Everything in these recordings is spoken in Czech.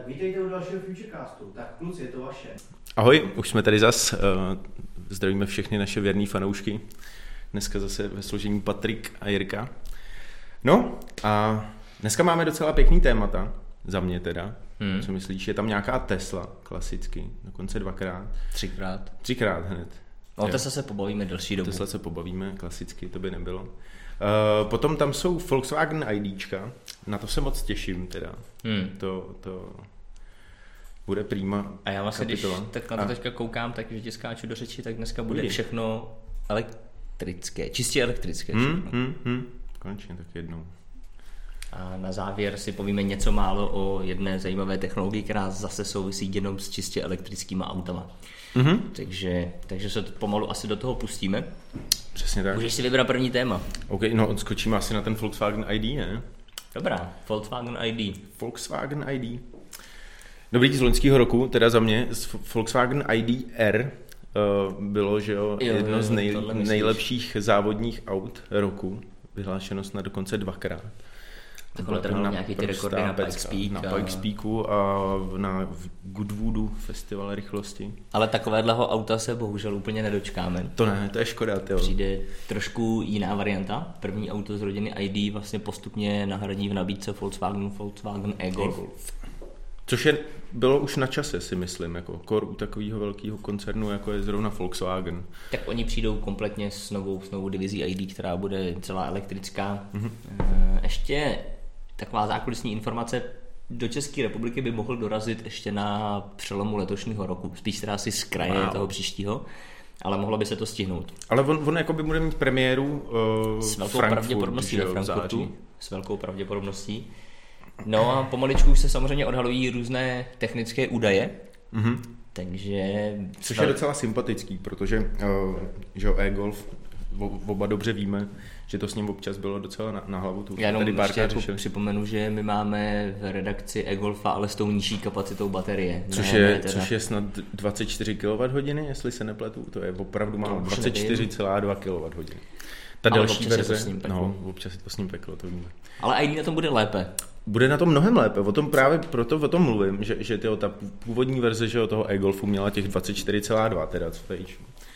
Vítejte u dalšího Futurecastu. Tak kluci, je to vaše. Ahoj, už jsme tady zas. Zdravíme všechny naše věrný fanoušky. Dneska zase ve složení Patrik a Jirka. No a dneska máme docela pěkný témata, za mě teda. Co myslíš, je tam nějaká Tesla, klasicky, dokonce dvakrát. Třikrát hned. O Tesla se pobavíme delší dobu. Tesla se pobavíme, klasicky, to by nebylo. Potom tam jsou Volkswagen IDčka, na to se moc těším teda. To bude prima. A já vlastně, když tak na to teďka koukám, takže ti skáču do řeči, tak dneska bude všechno elektrické, čistě elektrické. Konečně tak jednou. A na závěr si povíme něco málo o jedné zajímavé technologii, která zase souvisí jenom s čistě elektrickýma autama. Takže se pomalu asi do toho pustíme. Přesně tak. Můžeš si vybrat první téma. OK, no odskočíme asi na ten Volkswagen ID, ne? Dobrá, Volkswagen ID. Volkswagen ID. Dobrý, z loňského roku, teda za mě, Volkswagen ID R bylo, že jedno z nejlepších závodních aut roku. Vyhlášeno snad dokonce dvakrát. Takhle trhal nějaký ty rekordy na Pikes Peak. Na Pikes Peaku a na Goodwoodu festival rychlosti. Ale takovéhleho auta se bohužel úplně nedočkáme. To ne, to je škoda. Přijde trošku jiná varianta. První auto z rodiny ID vlastně postupně nahradí v nabídce Volkswagen e-Golf. Což bylo už na čase, si myslím, jako kor u takového velkého koncernu, jako je zrovna Volkswagen. Tak oni přijdou kompletně s novou divizí ID, která bude celá elektrická. Ještě taková zákulisní informace, do České republiky by mohl dorazit ještě na přelomu letošního roku, spíš teda asi z kraje toho příštího, ale mohlo by se to stihnout. Ale on jako by bude mít premiéru s velkou pravděpodobností ve Frankfurtu. S velkou pravděpodobností. No a pomaličku už se samozřejmě odhalují různé technické údaje. Takže... Což je docela sympatický, protože že e-Golf oba dobře víme, že to s ním občas bylo docela na hlavu. Já jenom ještě jako připomenu, že my máme v redakci e-Golfa, ale s tou nižší kapacitou baterie. Což je snad 24 kWh, jestli se nepletu, to je opravdu málo, 24,2 kWh. Ta další verze, občas je to s ním peklo, to víme. Ale ID na tom bude lépe. Bude na tom mnohem lépe, o tom právě proto o tom mluvím, že ta původní verze že toho e-Golfu měla těch 24,2, teda co tady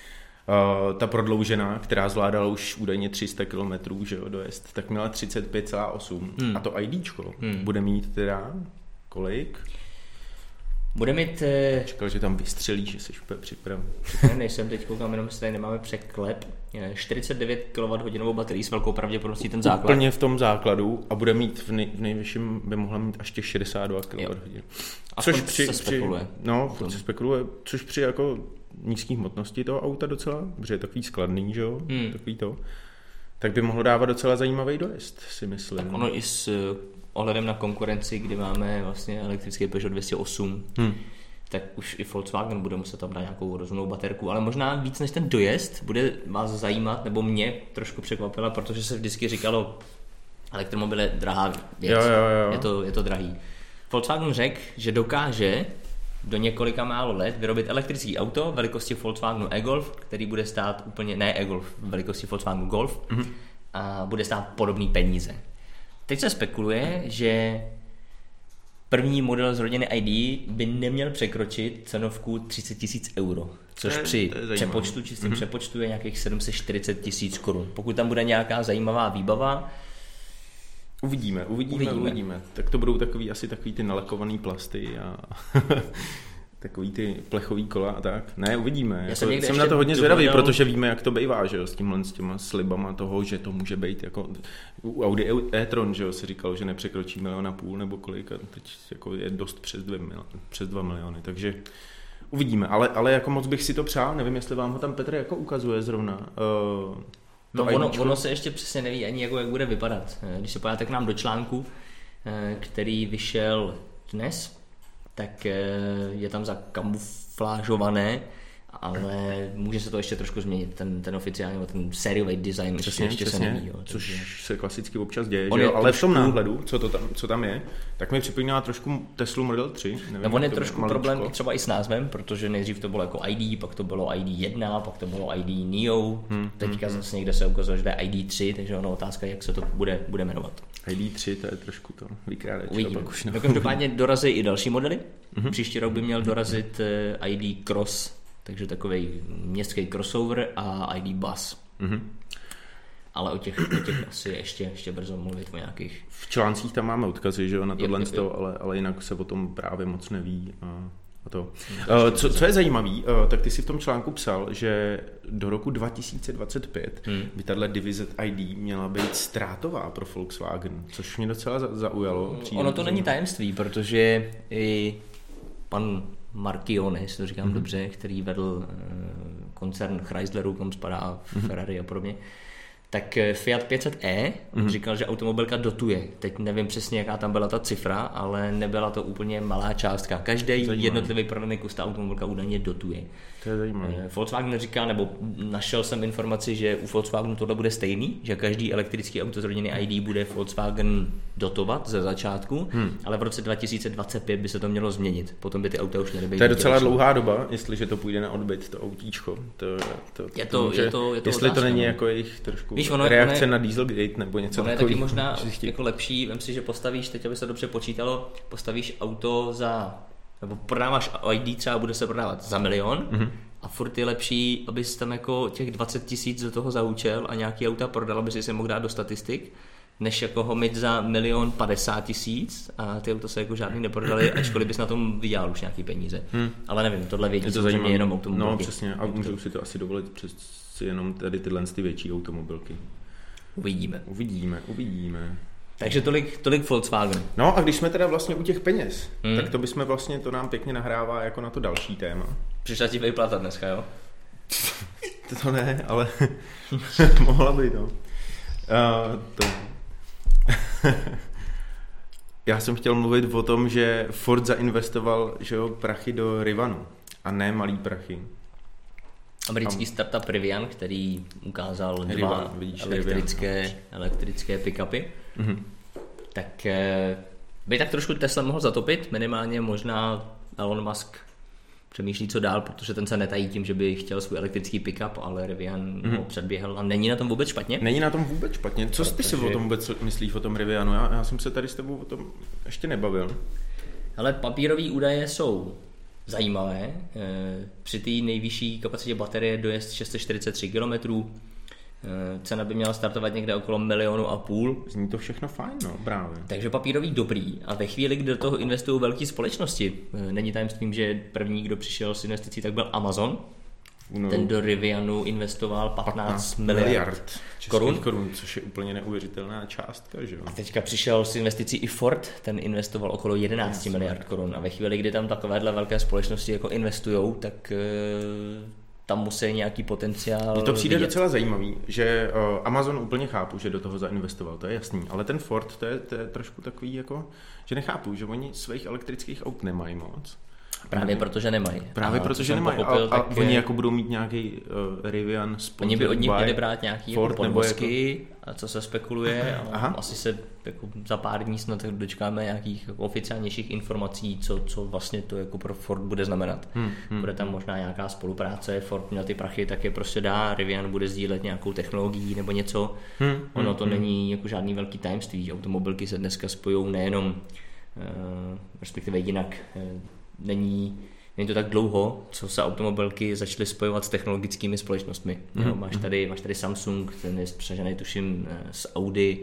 ta prodloužená, která zvládala už údajně 300 km, že jo, dojezd, tak měla 35,8 a to IDčko bude mít teda kolik? Bude mít... Čekal, že tam vystřelí, že jsi úplně připraven. Nejsem, teď koukám, jenom si tady nemáme překlep. 49 kWh baterii s velkou pravděpodobností ten základ. Úplně v tom základu a bude mít v nejvyšším, by mohla mít až těch 62 kWh. Což se spekuluje. Se spekuluje, což při jako nízkých hmotnosti toho auta docela, protože je takový skladný, že jo, takový to, tak by mohlo dávat docela zajímavý dojezd, si myslím. Tak ono i s ohledem na konkurenci, kdy máme vlastně elektrický Peugeot 208, tak už i Volkswagen bude muset tam dát nějakou rozumnou baterku, ale možná víc než ten dojezd bude vás zajímat, nebo mě trošku překvapila, protože se vždycky říkalo, elektromobil je drahá věc, Je to drahý. Volkswagen řekl, že dokáže do několika málo let vyrobit elektrický auto velikosti Volkswagenu e-Golf, který bude stát úplně, ne e-Golf, velikosti Volkswagenu Golf a bude stát podobný peníze. Teď se spekuluje, že první model z rodiny ID by neměl překročit cenovku 30 000 euro, což při přepočtu, čistým přepočtu je nějakých 740 000 korun. Pokud tam bude nějaká zajímavá výbava, Uvidíme. Tak to budou asi takový ty nalakovaný plasty a takový ty plechový kola a tak. Ne, uvidíme. Jsem na to hodně zvědavý, protože víme, jak to bývá, že jo, s těma slibama toho, že to může být jako u Audi e-tron, že jo, se říkalo, že nepřekročí 1,5 milionu nebo kolik a teď jako je dost přes 2 miliony, takže uvidíme, ale jako moc bych si to přál, nevím, jestli vám ho tam Petr jako ukazuje zrovna. Ono se ještě přesně neví ani, jak bude vypadat. Když se podíváte k nám do článku, který vyšel dnes, tak je tam zakamuflážované ale může se to ještě trošku změnit, ten oficiální, ten sériový design ještě se neví. Jo, což se klasicky občas děje, že jo? Ale v tom náhledu, co tam je, tak mi připomíná trošku Teslu Model 3. Nevím, on je trošku problém třeba i s názvem, protože nejdřív to bylo jako ID, pak to bylo ID 1, pak to bylo ID Neo, teďka zase někde se ukazuje, že to je ID 3, takže ono otázka, jak se to bude jmenovat. ID 3, to je trošku to vykrádečko. Uvidíme. Každopádně dorazí i další modely. Příští rok by měl dorazit ID Cross, takže takový městský crossover a ID Bus. Ale o těch asi ještě brzo mluvit o nějakých. V článcích tam máme odkazy, že jo, na tohle, ale jinak se o tom právě moc neví. A to. Co je zajímavý, tak ty si v tom článku psal, že do roku 2025 by tahle divize ID měla být ztrátová pro Volkswagen, což mě docela zaujalo. Ono to není tajemství, protože i pan Marchione, jestli to říkám dobře, který vedl koncern Chrysleru, kam spadá Ferrari a podobně, tak Fiat 500e říkal, že automobilka dotuje. Teď nevím přesně, jaká tam byla ta cifra, ale nebyla to úplně malá částka. Každý jednotlivý prodaný kus ta automobilka údajně dotuje. To je zajímavé. Volkswagen říká, nebo našel jsem informaci, že u Volkswagenu tohle bude stejný, že každý elektrický auto z rodiny ID bude Volkswagen dotovat ze začátku, ale v roce 2025 by se to mělo změnit. Potom by ty auta už měly být. To je docela dlouhá doba, jestliže to půjde na odbyt, to autíčko. Je to jestli otázka, to není jako jejich trošku reakce na Dieselgate nebo něco takového. Je taky možná jako lepší, vem si, že postavíš, teď aby se dobře počítalo, postavíš auto nebo prodáváš ID, třeba bude se prodávat za 1 000 000 a furt je lepší, abys tam jako těch 20 000 do toho zaúčel a nějaký auta prodal, aby si se mohl dát do statistik, než jako ho mít za 1 050 000 a ty auto se jako žádný neprodali, ačkoliv bys na tom vydělal už nějaký peníze. Ale nevím, tohle vědí samozřejmě jenom automobilky. No přesně, a můžou si to asi dovolit přes jenom tady tyhle větší automobilky. Uvidíme. Takže tolik Volkswagen. No a když jsme teda vlastně u těch peněz, tak to bychom vlastně, to nám pěkně nahrává jako na to další téma. Přišla ti výplata dneska, jo? To ne, ale mohla by, no. Já jsem chtěl mluvit o tom, že Ford zainvestoval, že jo, prachy do Rivanu a ne malý prachy. Americký startup Rivian, který ukázal dva elektrické pick-upy. Tak by tak trošku Tesla mohl zatopit, minimálně možná Elon Musk přemýšlí co dál, protože ten se netají tím, že by chtěl svůj elektrický pick-up, ale Rivian ho předběhl a není na tom vůbec špatně. Není na tom vůbec špatně. Co ty si o tom vůbec myslíš, o tom Rivianu? Já jsem se tady s tebou o tom ještě nebavil. Ale papírové údaje jsou zajímavé. Při té nejvyšší kapacitě baterie dojezd 643 km. Cena by měla startovat někde okolo 1,5 milionu. Zní to všechno fajn, no, právě. Takže papírový dobrý. A ve chvíli, kdy do toho investují velké společnosti, není tajemstvím, že první, kdo přišel s investicí, tak byl Amazon. No. Ten do Rivianu investoval 15 miliard korun, což je úplně neuvěřitelná částka, že jo. A teďka přišel s investicí i Ford, ten investoval okolo 11 miliard korun. A ve chvíli, kdy tam takovéhle velké společnosti jako investujou, tak tam musí nějaký potenciál. Mně to přijde docela zajímavý, že Amazon úplně chápu, že do toho zainvestoval, to je jasný, ale ten Ford, to je trošku takový jako, že nechápu, že oni svých elektrických aut nemají moc. Právě protože nemají. A oni jako budou mít nějaký Rivian sponsor. Oni by od nich měli brát nějaký podvozky, a co se spekuluje. A asi se jako za pár dní snad dočkáme nějakých jako oficiálnějších informací, co vlastně to jako pro Ford bude znamenat. Bude tam možná nějaká spolupráce, Ford měl ty prachy, tak je prostě dá, Rivian bude sdílet nějakou technologií nebo něco. Ono to není jako žádný velký tajemství. Automobilky se dneska spojují nejenom, respektive jinak, Není to tak dlouho, co se automobilky začaly spojovat s technologickými společnostmi. Máš tady Samsung, ten je spřažený tuším s Audi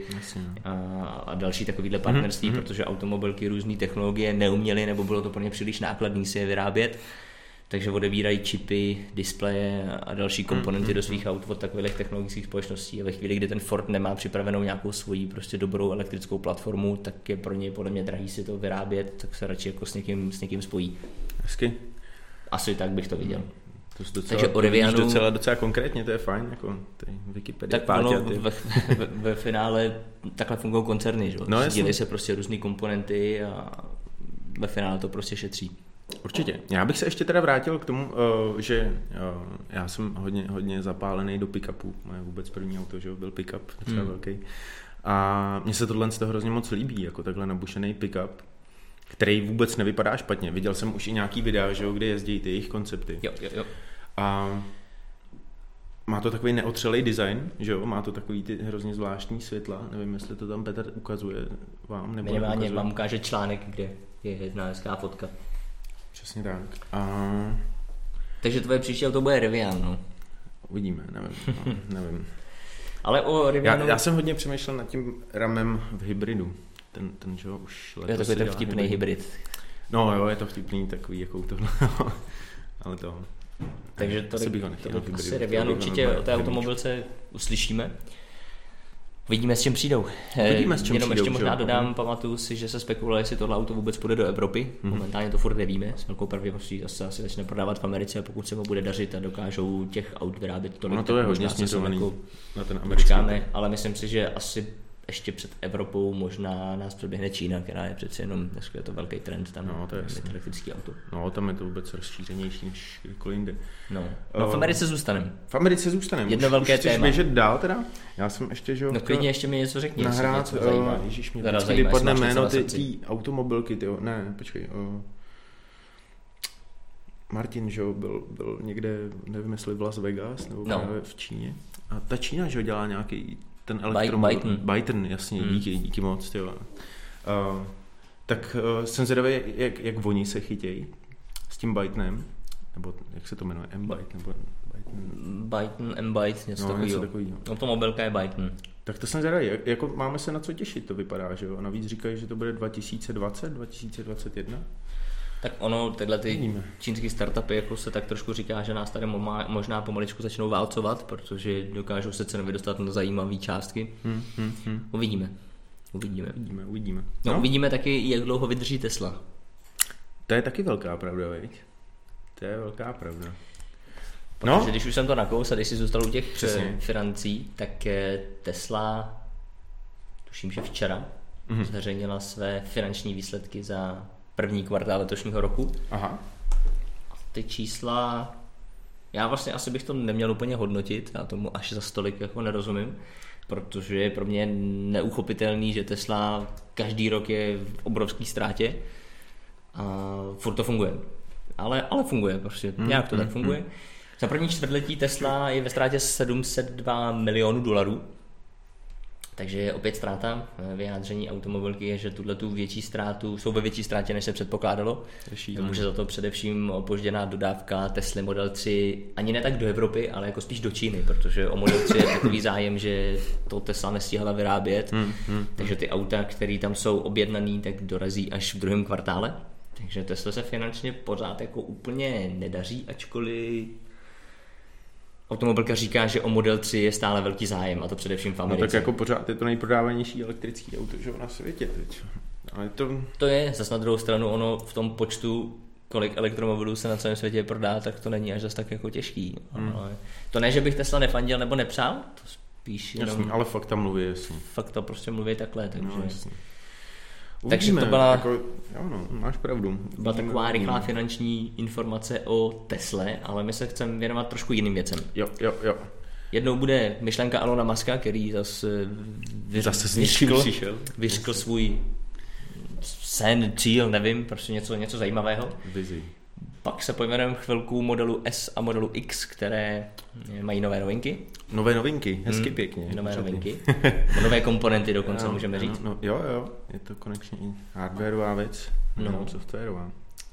a další takovýhle partnerství, protože automobilky různé technologie neuměly nebo bylo to pro ně příliš nákladné si je vyrábět. Takže odebírají čipy, displeje a další komponenty do svých aut od takových technologických společností. A ve chvíli, kdy ten Ford nemá připravenou nějakou svoji prostě dobrou elektrickou platformu, tak je pro něj podle mě drahý si to vyrábět, tak se radši jako s někým spojí. Hezky. Asi tak bych to viděl. Takže o Rivianu docela konkrétně, to je fajn, jako Wikipedia. Tak ve finále takhle fungují koncerny, že? Sdílejí se prostě různý komponenty a ve finále to prostě šetří. Určitě. Já bych se ještě teda vrátil k tomu, že já jsem hodně zapálený do pick-upu. Moje vůbec první auto, že byl pick-up, docela velký. A mně se tohle z toho hrozně moc líbí, jako takhle nabušený pick-up, který vůbec nevypadá špatně. Viděl jsem už i nějaký videa, že kde jezdí ty jejich koncepty. Jo. A má to takový neotřelej design, že jo? Má to takový ty hrozně zvláštní světla. Nevím, jestli to tam Petr ukazuje vám. Nebo minimálně vám ukáže článek, kde je jedna hezká fotka. Přesně tak. Takže tvoje příští auto bude Rivian, no? Uvidíme, nevím. Ale o Rivianu... Já jsem hodně přemýšlel nad tím ramem v hybridu. Ten že už letos... Je takový ten vtipný hybrid. No jo, je to vtipný takový, jako to. Ale to... Takže to asi Rivian určitě o té automobilce uslyšíme. Vidíme, s čím přijdou. Jenom ještě možná dodám, pamatuju si, že se spekuluje, jestli tohle auto vůbec půjde do Evropy. Momentálně to furt nevíme, s velkou pravděpodobností asi začne prodávat v Americe, pokud se mu bude dařit a dokážou těch aut vyrábět tolik. No to je hodně směřovaný na ten americký. Ale myslím si, že asi ještě před Evropou možná nás předběhne Čína, která je přece jenom, dneska je to velký trend, tam mít elektrický auto. No, tam je to vůbec rozšířenější než kdykoliv jinde. No v Americe zůstaneme. Jedno velké téma. Chceš běžet dál teda? Já jsem ještě, že... No klidně ještě mi něco řekni. Nahrát, ježíš, mě vždycky vypadne jméno ty automobilky, tyjo. Ne, počkej. Martin, že byl někde, nevím, jestli v Las Vegas, nebo v Číně. A ta Čína, že dělá nějaký ten elektromobil. Byton, jasně, díky moc, tyjo. Tak jsem zvědavý, jak oni se chytějí s tím Bytonem, nebo jak se to jmenuje, M-Byte, nebo Byton, M-Byte, něco takového. Automobilka je Byton. Tak to jsem zvědavý, jako máme se na co těšit, to vypadá, že jo? A navíc říkají, že to bude 2020, 2021. Tak ono, tyhle ty čínský startupy, jako se tak trošku říká, že nás tady možná pomaličku začnou válcovat, protože dokážou se cenově dostat na zajímavé částky. Uvidíme. No, uvidíme taky, jak dlouho vydrží Tesla. To je taky velká pravda, veď? To je velká pravda. Protože když už jsem to nakous a když si zůstal u těch financí, tak Tesla, tuším, že včera zveřejnila své finanční výsledky za první kvartál letošního roku. Aha. A ty čísla, já vlastně asi bych to neměl úplně hodnotit, já tomu až za stolik jako nerozumím, protože je pro mě neuchopitelný, že Tesla každý rok je v obrovský ztrátě a furt to funguje. Ale funguje prostě, nějak to tak funguje. Za první čtvrtletí Tesla je ve ztrátě $702 milionů. Takže je opět ztráta. Vyjádření automobilky je, že tuhletu větší ztrátu jsou ve větší ztrátě, než se předpokládalo. Může za to především opožděná dodávka Tesly Model 3 ani ne tak do Evropy, ale jako spíš do Číny, protože o Model 3 je takový zájem, že to Tesla nestihala vyrábět. Takže ty auta, které tam jsou objednaný, tak dorazí až v druhém kvartále. Takže Tesla se finančně pořád jako úplně nedaří, ačkoliv automobilka říká, že o Model 3 je stále velký zájem, a to především v Americe. No tak jako pořád je to nejprodávanější elektrický auto, že na světě teď. Ale to je, zase na druhou stranu, ono v tom počtu, kolik elektromobilů se na celém světě prodá, tak to není až zase tak jako těžký. Ale to ne, že bych Tesla nefandil nebo nepřál, to spíš jenom... Jasný, ale fakta mluví, jasný. Fakta prostě mluví takhle, takže... No, jasný. Takže to byla, jako, máš pravdu. Byla taková rychlá finanční informace o Tesle, ale my se chceme věnovat trošku jiným věcem. Jo. Jednou bude myšlenka Elona Muska, který zase vyřkl svůj sen, cíl, nevím, prostě něco zajímavého. Vizi. Pak se pojmenujeme chvilku modelu S a modelu X, které mají nové novinky. Nové novinky, hezky pěkně. Nové novinky. Nové komponenty dokonce můžeme říct. Jo, je to konečně i hardwareová věc, softwarová.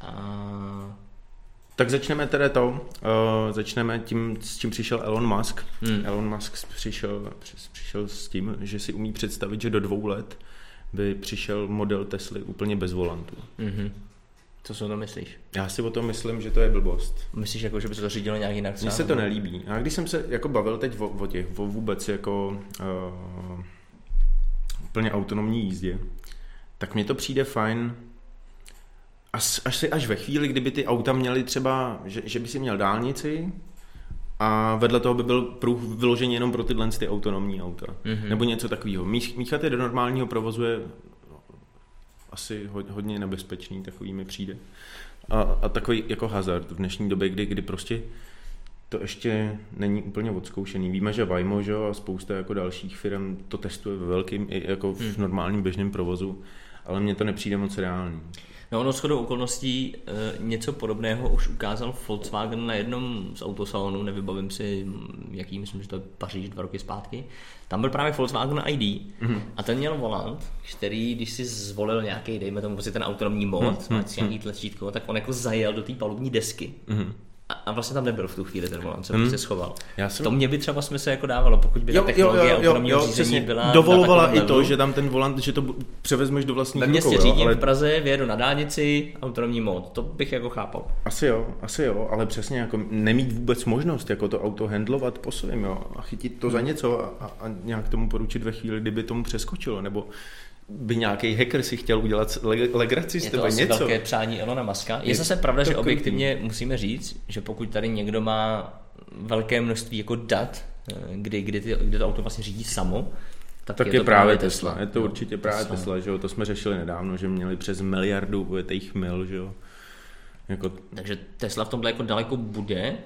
Tak začneme tedy začneme tím, s čím přišel Elon Musk. Elon Musk přišel s tím, že si umí představit, že do 2 let by přišel model Tesly úplně bez volantu. Co si o tom myslíš? Já si o tom myslím, že to je blbost. Myslíš, jako, že by se to řídilo nějak jinak? Mně se to nelíbí. A když jsem se jako bavil teď o vůbec jako úplně autonomní jízdě, tak mně to přijde fajn až ve chvíli, kdyby ty auta měly třeba, že by si měl dálnici a vedle toho by byl pruh vyložený jenom pro tyhle ty autonomní auta. Nebo něco takového. Míchat je do normálního provozu je asi hodně nebezpečný, takový mi přijde. A takový jako hazard v dnešní době, kdy prostě to ještě není úplně odzkoušený. Víme, že Waymo, že, a spousta jako dalších firm to testuje ve velkým i jako v normálním běžném provozu, ale mně to nepřijde moc reálný. No ono shodou okolností něco podobného už ukázal Volkswagen na jednom z autosalonů, nevybavím si jaký, myslím, že to je Paříž 2 roky zpátky. Tam byl právě Volkswagen ID a ten měl volant, který, když si zvolil nějaký, dejme tomu prostě ten autonomní mod, nějaký tlačítko, tak on jako zajel do té palubní desky. A vlastně tam nebyl v tu chvíli ten volant, se prostě schoval. To mě by třeba smysl jako dávalo, pokud by ta technologie autonomního řízení byla... Dovolovala i to, že tam ten volant, že to převezmeš do vlastních rukou. Ve městě řídím v Praze, vyjedu na dálnici, autonomní mod, to bych jako chápal. Asi jo, ale přesně jako nemít vůbec možnost jako to auto handlovat po svým, jo, a chytit to za něco a nějak tomu poručit ve chvíli, kdyby tomu přeskočilo, nebo by nějaký hacker si chtěl udělat legraci z tebe něco. Je to asi velké přání Elona Muska. Je zase pravda, že objektivně musíme říct, že pokud tady někdo má velké množství jako dat, kdy to auto vlastně řídí samo, tak je to právě Tesla. Je to určitě právě Tesla, že jo? To jsme řešili nedávno, že měli přes 1 miliardu ujetých mil, že jo? Jako... Takže Tesla v tomhle jako daleko bude.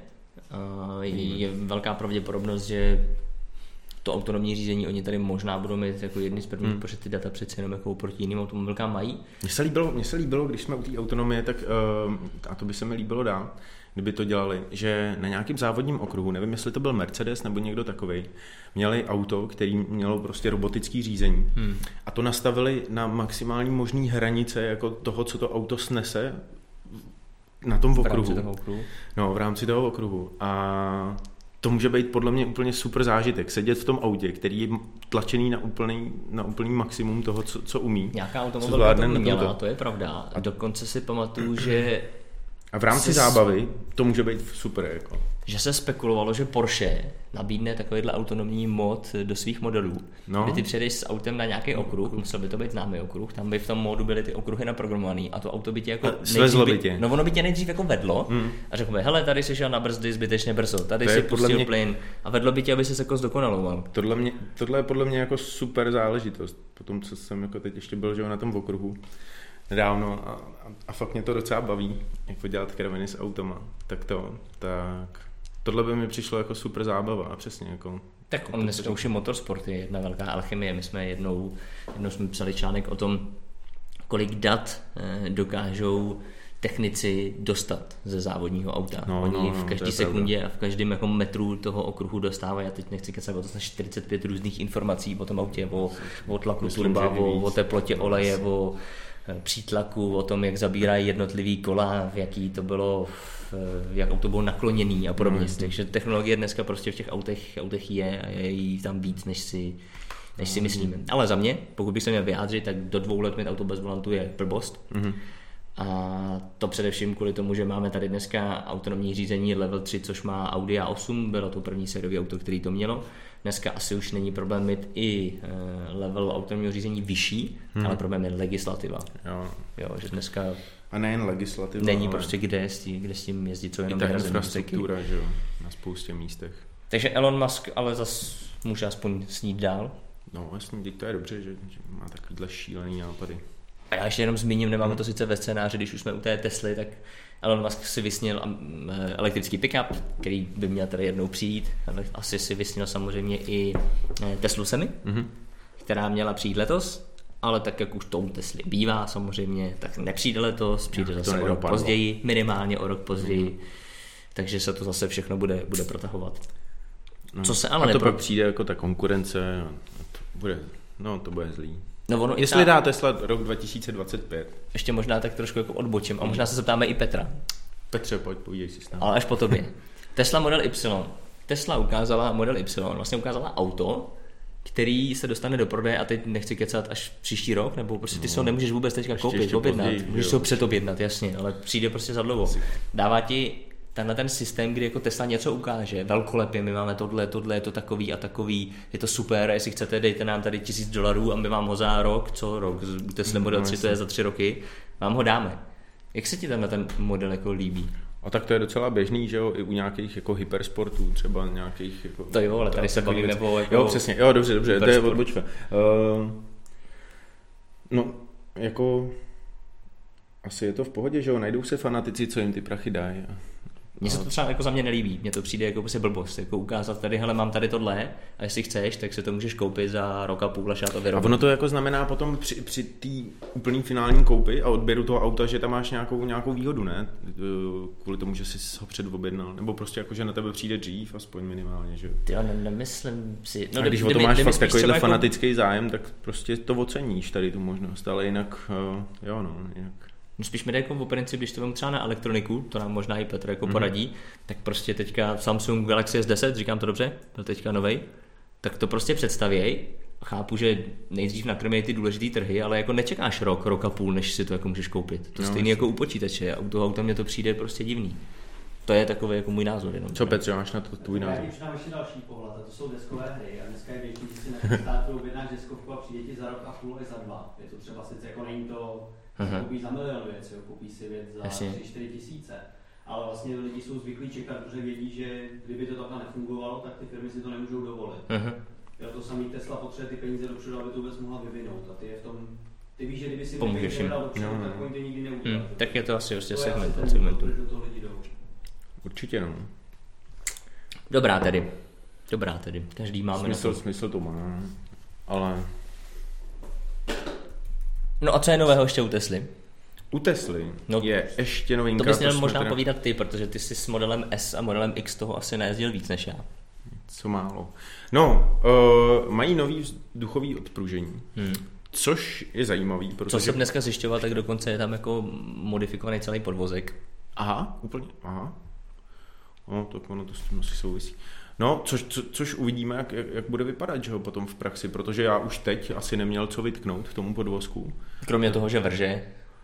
Je velká pravděpodobnost, že to autonomní řízení oni tady možná budou mít jako jedny z prvních, protože ty data přece jenom jako oproti jiným automobilkám mají. Mně se líbilo, když jsme u té autonomie, tak a to by se mi líbilo dát, kdyby to dělali, že na nějakém závodním okruhu, nevím, jestli to byl Mercedes nebo někdo takovej, měli auto, který mělo prostě robotický řízení a to nastavili na maximální možný hranice jako toho, co to auto snese na tom okruhu. V rámci toho okruhu. A to může být podle mě úplně super zážitek. Sedět v tom autě, který je tlačený na úplný maximum toho, co umí. Nějaká automobilka to měla, to je pravda. A dokonce si pamatuju, že... A v rámci zábavy to může být super. Jako. Že se spekulovalo, že Porsche nabídne takovýhle autonomní mod do svých modelů. Kdy ty přijedeš s autem na nějaký okruh, musel by to být známý okruh, tam by v tom modu byly ty okruhy naprogramovaný a to auto by tě jako ono by tě nejdřív jako vedlo a řekl by, hele, tady jsi šel na brzdy zbytečně brzo, tady si pustil plyn a vedlo by tě, aby se jako zdokonaloval. Tohle je podle mě jako super záležitost. Potom, co jsem jako teď ještě byl, že na tom okruhu nedávno a fakt mě to docela baví, jako dělat kraviny s automa, tak tohle by mi přišlo jako super zábava a přesně jako... Tak on dneska už je motorsport, je jedna velká alchymie, my jsme jednou jsme psali článek o tom, kolik dat dokážou technici dostat ze závodního auta. Oni v každé sekundě a v každém jako metru toho okruhu dostávají, já teď nechci kecat, o to 45 různých informací o tom autě, o tlaku turba, o teplotě oleje, o přítlaku, o tom, jak zabírají jednotlivý kola, v jaký to bylo, jak auto bylo nakloněný a podobně. Takže technologie dneska prostě v těch autech je a je jí tam víc, než si myslíme. Ale za mě, pokud bych se měl vyjádřit, tak do 2 let mít auto bez volantu je blbost. A to především kvůli tomu, že máme tady dneska autonomní řízení level 3, což má Audi A8, bylo to první sériové auto, který to mělo. Dneska asi už není problém mít i level autonomního řízení vyšší, ale problém je legislativa. Jo, že dneska a nejen legislativa, není prostě kde s tím jezdit, co jenom i ta infrastruktura, že jo, na spoustě místech. Takže Elon Musk ale zas může aspoň snít dál. No jasně, to je dobře, že má takovýhle šílený nápady. A já ještě jenom zmíním, nemáme to sice ve scénáři, když už jsme u té Tesly, tak Elon Musk si vysnil elektrický pick-up, který by měl tady jednou přijít. Asi si vysnil samozřejmě i Teslu Semi, která měla přijít letos, ale tak jak už tou Tesly bývá samozřejmě, tak nepřijde letos, přijde zase o rok později, minimálně o rok později, takže se to zase všechno bude protahovat. Co se ale a to pak přijde jako ta konkurence, to bude zlý. Jestli dá Tesla rok 2025. Ještě možná tak trošku jako odbočím a možná se zeptáme i Petra. Petře, povídej si s námi. Ale až po tobě. Tesla Model Y. Tesla ukázala Model Y, vlastně ukázala auto, který se dostane do prodeje a teď nechci kecat až příští rok, nebo prostě ty si ho nemůžeš vůbec teďka koupit, objednat. Můžeš si ho předobjednat, jasně, ale přijde prostě za dlouho. Dává ti tenhle ten systém, kdy jako Tesla něco ukáže, velkolepě, my máme tohle, je to takový a takový, je to super, jestli chcete, dejte nám tady $1000 a my vám ho za rok, Tesla Model 3 to je za 3 roky, vám ho dáme. Jak se ti ten model jako líbí? A tak to je docela běžný, že jo, i u nějakých jako hypersportů, třeba nějakých jako... To jo, ale tady se bavíme o jako... Jo, přesně, jo, dobře, to je odbočka. asi je to v pohodě, že jo, najdou se fanatici, co jim ty prachy dají. Mně se to třeba jako za mě nelíbí, mně to přijde jako prostě blbost, jako ukázat tady, hele, mám tady tohle a jestli chceš, tak si to můžeš koupit za rok a půl, až já to vyrobím. A ono to jako znamená potom při té úplný finální koupi a odběru toho auta, že tam máš nějakou výhodu, ne? Kvůli tomu, že jsi ho předobjednal, nebo prostě jako, že na tebe přijde dřív, aspoň minimálně, že jo? Já nemyslím si. No, když o to máš fakt takovýhle fanatický zájem, tak prostě to oceníš tady tu možnost, ale jinak, jo no, jinak. Spíš mi jde jako o princip, když to vem třeba na elektroniku, to nám možná i Petr jako poradí, tak prostě teďka Samsung Galaxy S10, říkám to dobře, byl teďka novej, tak to prostě představěj. Chápu, že nejdřív nakrmějí ty důležitý trhy, ale jako nečekáš rok a půl, než si to jako můžeš koupit. To stejný jako u počítače a u toho auta mě to přijde prostě divný. To je takový jako můj názor jenom. Co Petře, máš na to tvůj názor? Já přidám ještě další pohled, a to jsou deskové hry. A dneska je větší, že si na startu objednáš deskovku a přijde ti za rok a půl i za 2. Je to třeba sice jako není to, koupíš za milion věc, jo, koupíš si věc za 3-4 tisíce. Ale vlastně lidi jsou zvyklí čekat, protože vědí, že kdyby to takhle nefungovalo, tak ty firmy si to nemůžou dovolit. Jo, to samý Tesla potřebuje ty peníze dopředu, aby to vůbec mohla vyvinout. A ty je v tom, ty víš, že kdyby si peníze dal dopředu, tak oni to nikdy neudělají. Tak je to asi prostě segmentu. Určitě no. Dobrá tedy. Každý máme smysl to má, ale... No a co je nového ještě u Tesly? U Tesly je ještě novinka. To bys měl možná povídat ty, protože ty jsi s modelem S a modelem X toho asi nejezdil víc než já. Co málo. No, mají nový vzduchový odpružení, což je zajímavý. Protože... Co jsem dneska zjišťoval, tak dokonce je tam jako modifikovaný celý podvozek. Aha. No, tak ono to s tím asi souvisí. No, což uvidíme, jak bude vypadat, že ho potom v praxi, protože já už teď asi neměl co vytknout tomu podvozku. Kromě toho, že vrže.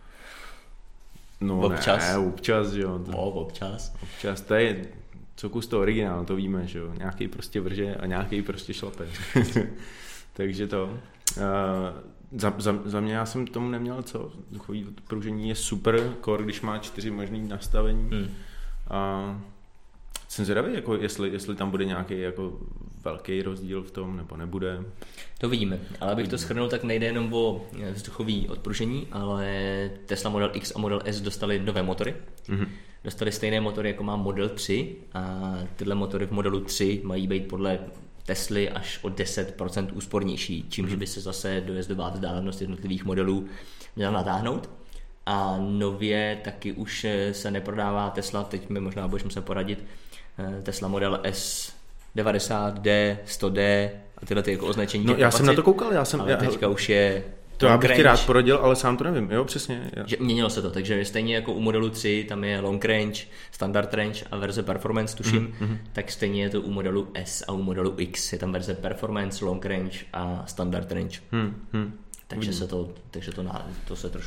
No občas, jo. Občas, to je co kus to originál, to víme, že jo. Nějaký prostě vrže a nějaký prostě šlape. Takže to... Za mě já jsem tomu neměl co. Vzduchový odpružení je super, core, když má 4 možné nastavení. A jsem zvědavý, jako jestli tam bude nějaký jako velký rozdíl v tom, nebo nebude. To vidíme, ale abych to shrnul, tak nejde jenom o vzduchový odpružení, ale Tesla Model X a Model S dostali nové motory. Dostali stejné motory, jako má Model 3 a tyhle motory v Modelu 3 mají být podle Tesly až o 10% úspornější, čímž by se zase dojezdová vzdálenost jednotlivých modelů měla natáhnout. A nově taky už se neprodává Tesla, teď mi možná budeš muset poradit, Tesla Model S 90D, 100D a tyhle ty jako označení. No já jsem na to koukal, ale teďka už je to já bych ti rád poradil, ale sám to nevím, jo, přesně. Že měnilo se to, takže stejně jako u modelu 3, tam je long range, standard range a verze performance, tuším, tak stejně je to u modelu S a u modelu X, je tam verze performance, long range a standard range. Takže to se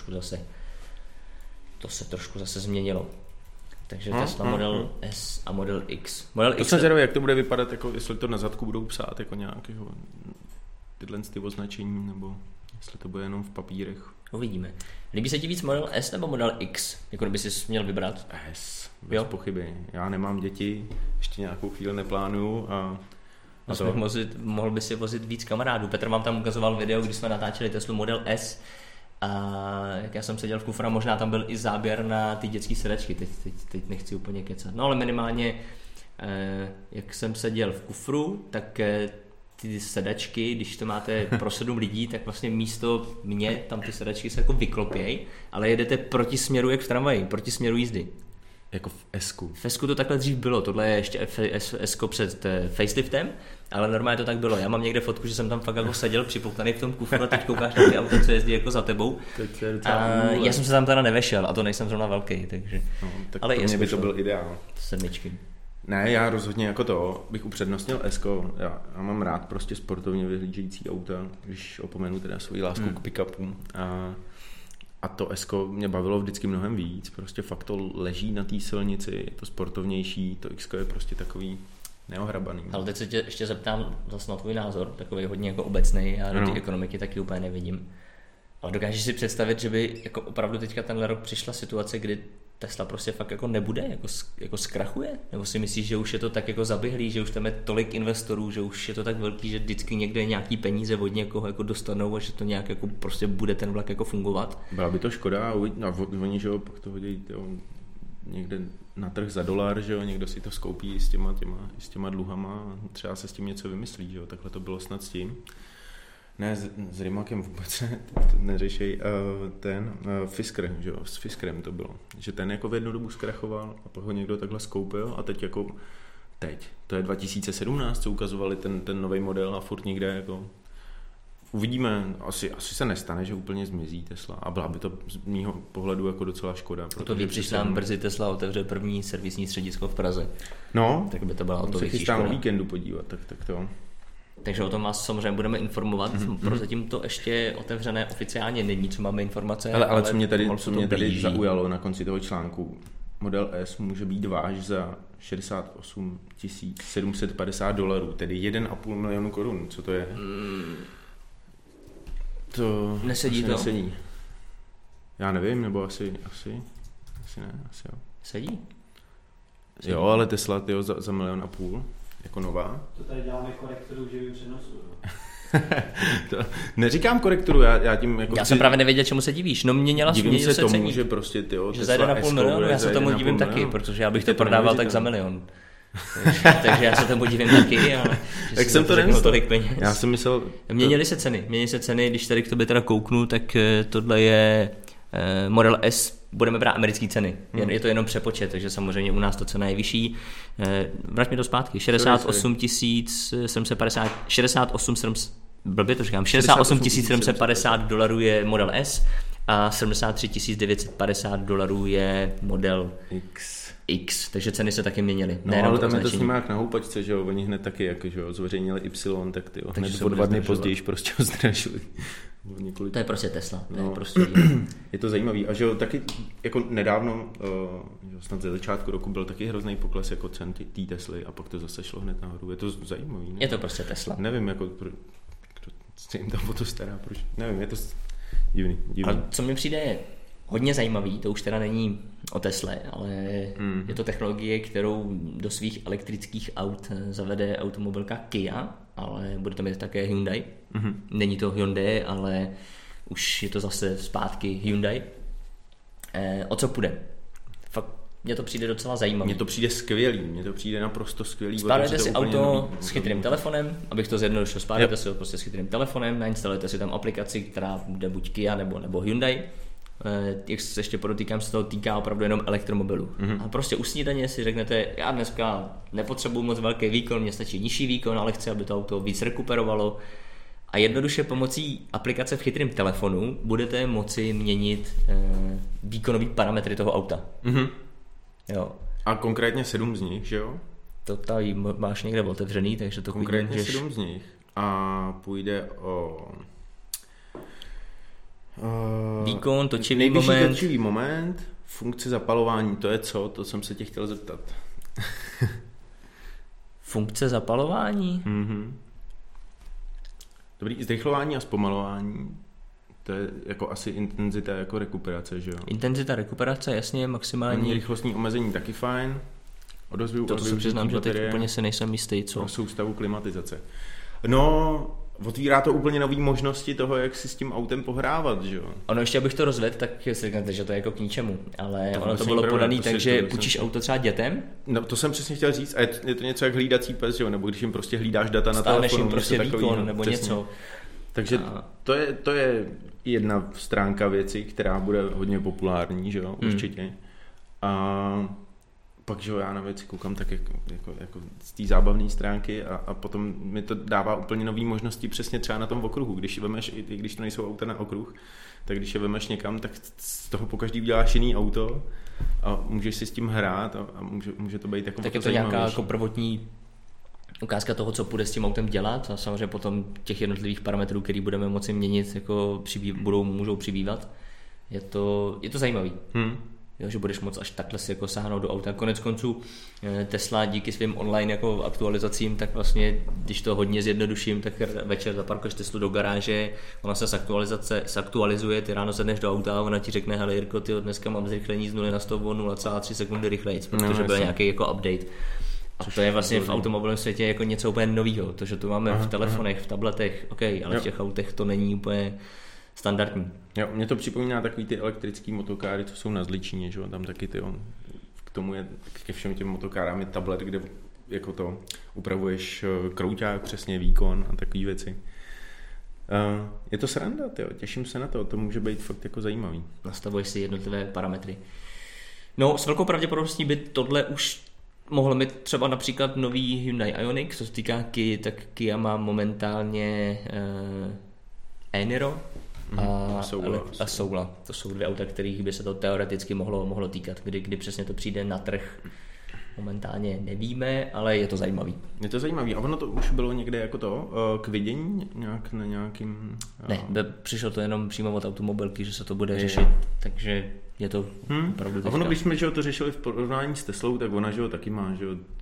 trošku zase změnilo. Takže Tesla Model S a Model X. Model to jsem zvědavý, jak to bude vypadat, jako jestli to na zadku budou psát jako nějakého tyhle ty označení, nebo jestli to bude jenom v papírech. Uvidíme. Líbí se ti víc Model S nebo Model X? Jako kdyby jsi měl vybrat? S, bez pochyby. Já nemám děti, ještě nějakou chvíli neplánuju a mohl by si vozit víc kamarádů. Petr vám tam ukazoval video, kdy jsme natáčeli Teslu Model S a jak já jsem seděl v kufru a možná tam byl i záběr na ty dětské sedačky, teď nechci úplně kecat. No ale minimálně, jak jsem seděl v kufru, tak ty sedačky, když to máte pro 7 lidí, tak vlastně místo mě tam ty sedačky se jako vyklopějí, ale jedete proti směru jak v tramvaji, proti směru jízdy. Jako v S-ku. V S-ku to takhle dřív bylo, tohle je ještě S-ko před faceliftem, ale normálně to tak bylo. Já mám někde fotku, že jsem tam fakt jako seděl připoutaný v tom kufru a teď koukáš na ty auto, co jezdí jako za tebou. A já jsem se tam teda nevešel a to nejsem zrovna velký, takže... No, tak ale pro mě by to byl ideál. 7. Ne, já rozhodně jako to bych upřednostnil S-ko. Já mám rád prostě sportovně vyhlížející auta, když opomenu teda svoji lásku k pick-upům. A to S-ko mě bavilo vždycky mnohem víc, prostě fakt to leží na té silnici, je to sportovnější, to X-ko je prostě takový neohrabaný. Ale teď se tě ještě zeptám zase na tvůj názor, takový hodně jako obecný, já do té ekonomiky taky úplně nevidím. Ale dokážeš si představit, že by jako opravdu teďka tenhle rok přišla situace, kdy Tesla prostě fakt jako nebude, jako zkrachuje? Nebo si myslíš, že už je to tak jako zaběhlý, že už tam je tolik investorů, že už je to tak velký, že vždycky někde nějaký peníze od někoho jako dostanou a že to nějak jako prostě bude ten vlak jako fungovat? Byla by to škoda, oni, že jo, pak to hodí někde na trh za $1, že jo, někdo si to skoupí s těma dluhama, třeba se s tím něco vymyslí, že jo, takhle to bylo snad s tím. Ne, s Rimakem vůbec neřešej, Fisker, že jo, s Fiskerem to bylo, že ten jako v jednu dobu zkrachoval a pak ho někdo takhle skoupil a teď, to je 2017, co ukazovali ten nový model a furt nikde jako uvidíme, asi se nestane, že úplně zmizí Tesla a byla by to z mýho pohledu jako docela škoda. To by nám brzy Tesla otevře první servisní středisko v Praze. No, tak by to byla o to větší škoda. Se chystám víkendu podívat, tak to. Takže o tom vás samozřejmě budeme informovat. Prozatím to ještě otevřené oficiálně není, co máme informace. Ale co mě tady zaujalo na konci toho článku, Model S může být váš za $68 750, tedy $1,5 milionu korun. Co to je? To nesedí to? Nesedí. Já nevím, nebo asi ne, asi jo. Sedí? Jo, ale Tesla tyjo, za $1,5 milionu, jako nová. To tady děláme korekturu v živým přenosu. Neříkám korekturu, já tím jako... Já jsem právě nevěděl, čemu se divíš. No divím se tomu, cení. Že prostě tyjo, že za $1,5 milionu, já se tomu divím taky, protože já bych to prodával tak za $1 milion. Takže já se tomu divím taky, ale tak jsem to nemyslel. Tolik peněz. Já jsem myslel... Měnily se ceny, když tady k tobě teda kouknu, tak tohle je Model S, budeme brát americké ceny. Je to jenom přepočet, takže samozřejmě u nás ta cena je vyšší. Vrať mi to zpátky. 68 750 $, je Model S a $73 950 je Model X, takže ceny se taky měnily. No, ale tam je to s nimi jak na houpačce, že jo, oni hned taky, jako, že jo, zveřejnili Y, tak ty hned o 2 dny později prostě ho zdražili. To je prostě Tesla, je to zajímavý a že jo, taky jako nedávno, snad ze začátku roku byl taky hrozný pokles jako cen té Tesly a pak to zase šlo hned nahoru, je to zajímavý. Ne? Je to prostě Tesla. Nevím, jako, kdo se jim tam o to stará, proč, nevím, je to divný. Ale co mi přijde je hodně zajímavý, to už teda není o Tesle, ale je to technologie, kterou do svých elektrických aut zavede automobilka Kia, ale bude to mít také Hyundai. Není to Hyundai, ale už je to zase zpátky Hyundai. O co půjde? Fakt mně to přijde docela zajímavé. Mně to přijde skvělý, mně to přijde naprosto skvělý. Spárujete si auto s chytrým telefonem, abych to zjednodušil, spárujete si ho prostě s chytrým telefonem, nainstalujete si tam aplikaci, která bude buď Kia nebo Hyundai. Jak se ještě podotýkám, se toho týká opravdu jenom elektromobilů. A prostě u snídaně si řeknete, já dneska nepotřebuji moc velký výkon, mně stačí nižší výkon, ale chci, aby to auto víc rekuperovalo. A jednoduše pomocí aplikace v chytrém telefonu budete moci měnit výkonový parametry toho auta. Jo. A konkrétně 7 z nich, že jo? To tady máš někde otevřený, takže to konkrétně můžeš... 7 z nich. A půjde o... výkon, točivý moment, funkce zapalování, to je co? To jsem se tě chtěl zeptat. Funkce zapalování? Dobrý, zrychlování a zpomalování, to je jako asi intenzita jako rekuperace, že jo? Intenzita rekuperace, jasně, maximální. Rychlostní omezení taky fajn. To se přiznám, že teď úplně se nejsem jistý, co? Soustavu klimatizace. No, otvírá to úplně nové možnosti toho, jak si s tím autem pohrávat, že jo? Ono ještě, abych to rozvedl, tak si řeknete, že to je jako k ničemu, ale ono to bylo podaný, takže půjčíš auto třeba dětem? No, to jsem přesně chtěl říct, a je to něco jak hlídací pes, že jo? Nebo když jim prostě hlídáš data na telefonu. Stáneš jim prostě výkon nebo přesně. Něco. Takže to je jedna stránka věci, která bude hodně populární, že jo? Určitě. A pak, že jo, já na věci koukám tak jako z té zábavné stránky a potom mi to dává úplně nové možnosti přesně třeba na tom okruhu. Když vemeš, i když to nejsou auta na okruh, tak když je vemeš někam, tak z toho pokaždý uděláš jiný auto a můžeš si s tím hrát a může to být jako tak je to nějaká jako prvotní ukázka toho, co půjde s tím autem dělat a samozřejmě potom těch jednotlivých parametrů, který budeme moci měnit, jako můžou přibývat. Je to zajímavý. jo, že budeš moct až takhle si jako sáhnout do auta. Konec konců Tesla díky svým online jako aktualizacím, tak vlastně, když to hodně zjednoduším, tak večer zaparkuješ Teslu do garáže, ona se zaktualizuje, ty ráno sedneš do auta a ona ti řekne, hele Jirko, ty dneska mám zrychlení z 0 na 100 o 0,3 sekundy rychleji, protože byl nějaký jako update. A to je vlastně v automobilovém světě jako něco úplně novýho, to, že to máme v telefonech, v tabletech, OK, ale v těch autech to není úplně standardní. Jo, mě to připomíná takový ty elektrický motokáry, co jsou na Zličíně, že? Tam taky k tomu je, ke všem těm motokárám je tablet, kde jako to upravuješ krouťák, přesně výkon a takové věci. Je to sranda, těším se na to může být fakt jako zajímavý. Nastavuješ si jednotlivé parametry. No, s velkou pravděpodobností by tohle už mohlo mít třeba například nový Hyundai Ioniq, co se týká Kia, tak Kia má momentálně e-Niro a Soula. To jsou 2 auta, kterých by se to teoreticky mohlo týkat, kdy přesně to přijde na trh. Momentálně nevíme, ale je to zajímavý. Je to zajímavý. A ono to už bylo někde jako to k vidění nějak na nějakým... Ne, přišlo to jenom přímo od automobilky, že se to bude řešit, takže je to opravdu teďka. A ono, když jsme to řešili v porovnání s Teslou, tak ona taky má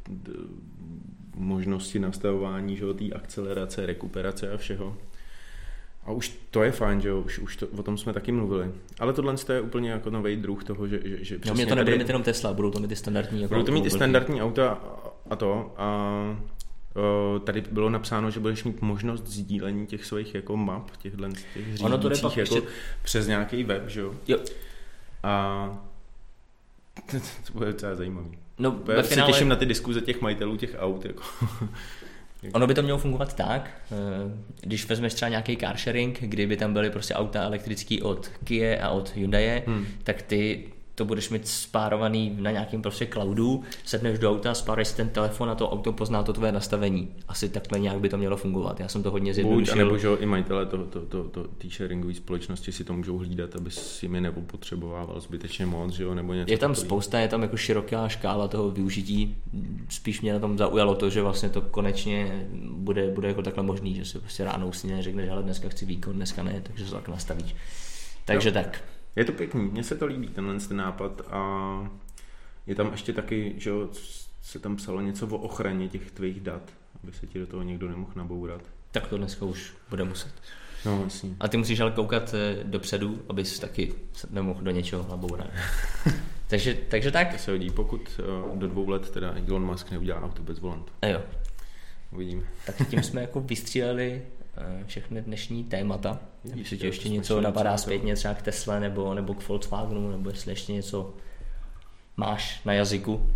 možnosti nastavování té akcelerace, rekuperace a všeho. A už to je fajn, že jo, už to, o tom jsme taky mluvili. Ale tohle je úplně jako nový druh toho, že přesně... No, mě to nebude mít jenom Tesla, budou to mít ty standardní auta. Budou to mít ty standardní auta a tady bylo napsáno, že budeš mít možnost sdílení těch svých jako map, těch řídících jako přes nějaký web, že jo? A to bude docela zajímavý. No, já se těším na ty diskuze těch majitelů těch aut, jako... Ono by to mělo fungovat tak, když vezmeš třeba nějaký car sharing, kdyby tam byly prostě auta elektrický od Kia a od Hyundai, tak ty to budeš mít spárovaný na nějakým prostě cloudu, sedneš do auta, spáruješ si ten telefon a to auto pozná to tvoje nastavení. Asi takhle nějak by to mělo fungovat. Já jsem to hodně zjednodušil. Buď, anebo že i majitele té sharingové společnosti si to můžou hlídat, aby si jimi nepotřebovával zbytečně moc, že jo, nebo něco. Je tam spousta, je tam jako široká škála toho využití. Spíš mě na tom zaujalo to, že vlastně to konečně bude jako takhle možný, že si prostě ráno usneš, řekneš, ale dneska chci výkon, dneska ne, takže to tak nastavíš. Takže tak. Je to pěkný, mně se to líbí, tenhle nápad a je tam ještě taky, že se tam psalo něco o ochraně těch tvých dat, aby se ti do toho někdo nemohl nabourat. Tak to dneska už bude muset. No, jasně. A ty musíš ale koukat dopředu, abys taky se nemohl do něčeho nabourat. takže tak. To se hodí, pokud do 2 let teda Elon Musk neudělá auto bez volantu. A jo. Uvidíme. Tak tím jsme jako vystříleli všechny dnešní témata. Jestli tě ještě něco napadá zpětně třeba k Tesle nebo k Volkswagenu, nebo jestli ještě něco máš na jazyku.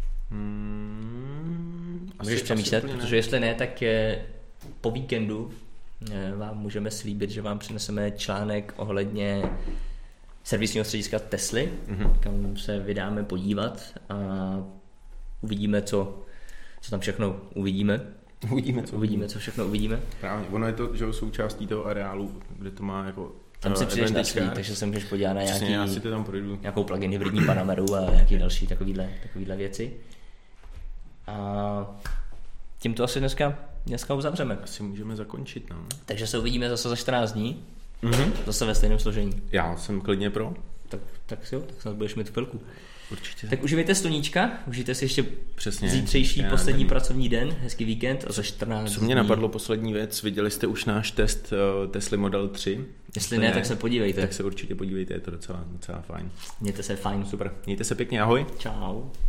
Můžeš přemýšlet, protože jestli ne, tak po víkendu vám můžeme slíbit, že vám přineseme článek ohledně servisního střediska Tesly, kam se vydáme podívat a uvidíme, co tam všechno uvidíme. Uvidíme, co všechno uvidíme. Právě, ono je to, že součástí toho areálu, kde to má jako... Tam se přijdeš na svý, takže se můžeš podívat na nějakou plug-in hybridní Panameru a nějaké další takovýhle věci. A tím to asi dneska uzavřeme. Asi můžeme zakončit, no. Takže se uvidíme zase za 14 dní. Zase ve stejném složení. Já jsem klidně pro. Tak jo, tak se budeš mít v pilku. Určitě. Tak užívejte sluníčka, užijte si ještě zítřejší poslední pracovní den, hezký víkend a za 14 Co mě napadlo poslední věc, viděli jste už náš test Tesla Model 3? Jestli ne, tak se podívejte. Tak se určitě podívejte, je to docela fajn. Mějte se fajn. Super, mějte se pěkně, ahoj. Čau.